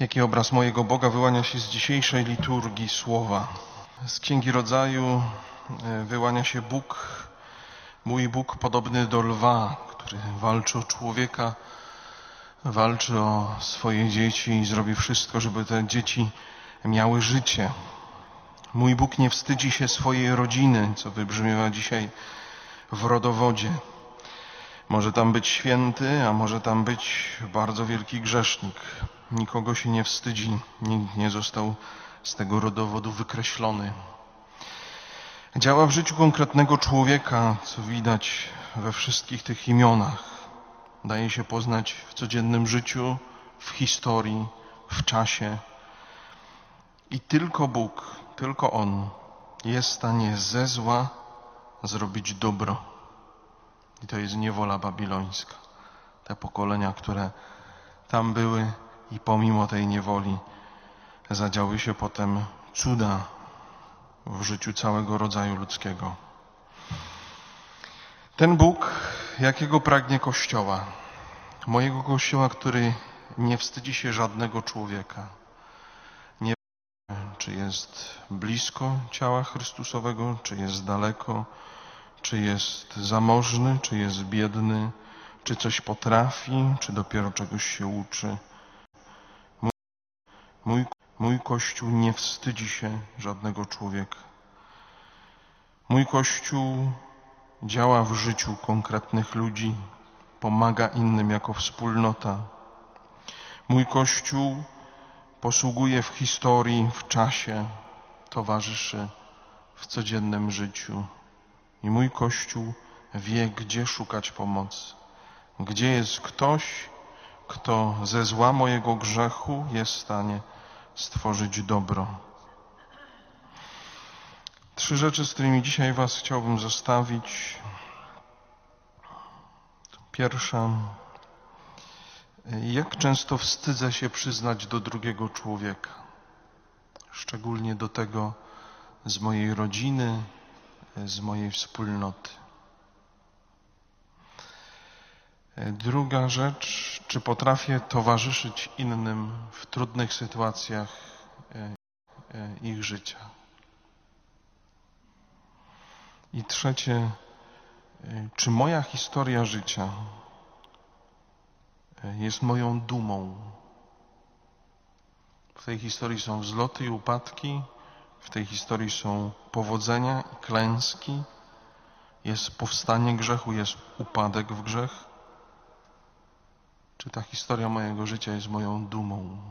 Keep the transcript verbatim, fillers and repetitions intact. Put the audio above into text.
Jaki obraz mojego Boga wyłania się z dzisiejszej liturgii słowa. Z Księgi Rodzaju wyłania się Bóg, mój Bóg podobny do lwa, który walczy o człowieka, walczy o swoje dzieci i zrobi wszystko, żeby te dzieci miały życie. Mój Bóg nie wstydzi się swojej rodziny, co wybrzmiewa dzisiaj w rodowodzie. Może tam być święty, a może tam być bardzo wielki grzesznik. Nikogo się nie wstydzi, nikt nie został z tego rodowodu wykreślony. Działa w życiu konkretnego człowieka, co widać we wszystkich tych imionach. Daje się poznać w codziennym życiu, w historii, w czasie. I tylko Bóg, tylko On jest w stanie ze zła zrobić dobro. I to jest niewola babilońska. Te pokolenia, które tam były i pomimo tej niewoli zadziały się potem cuda w życiu całego rodzaju ludzkiego. Ten Bóg, jakiego pragnie Kościoła, mojego Kościoła, który nie wstydzi się żadnego człowieka. Nie wie, czy jest blisko ciała Chrystusowego, czy jest daleko, czy jest zamożny, czy jest biedny, czy coś potrafi, czy dopiero czegoś się uczy. Mój, mój, mój Kościół nie wstydzi się żadnego człowieka. Mój Kościół działa w życiu konkretnych ludzi, pomaga innym jako wspólnota. Mój Kościół posługuje w historii, w czasie, towarzyszy w codziennym życiu. I mój Kościół wie, gdzie szukać pomocy. Gdzie jest ktoś, kto ze zła mojego grzechu jest w stanie stworzyć dobro. Trzy rzeczy, z którymi dzisiaj Was chciałbym zostawić. Pierwsza. Jak często wstydzę się przyznać do drugiego człowieka, szczególnie do tego z mojej rodziny, z mojej wspólnoty. Druga rzecz, czy potrafię towarzyszyć innym w trudnych sytuacjach ich życia. I trzecie, czy moja historia życia jest moją dumą. W tej historii są wzloty i upadki, w tej historii są powodzenia i klęski, jest powstanie grzechu, jest upadek w grzech. Czy ta historia mojego życia jest moją dumą?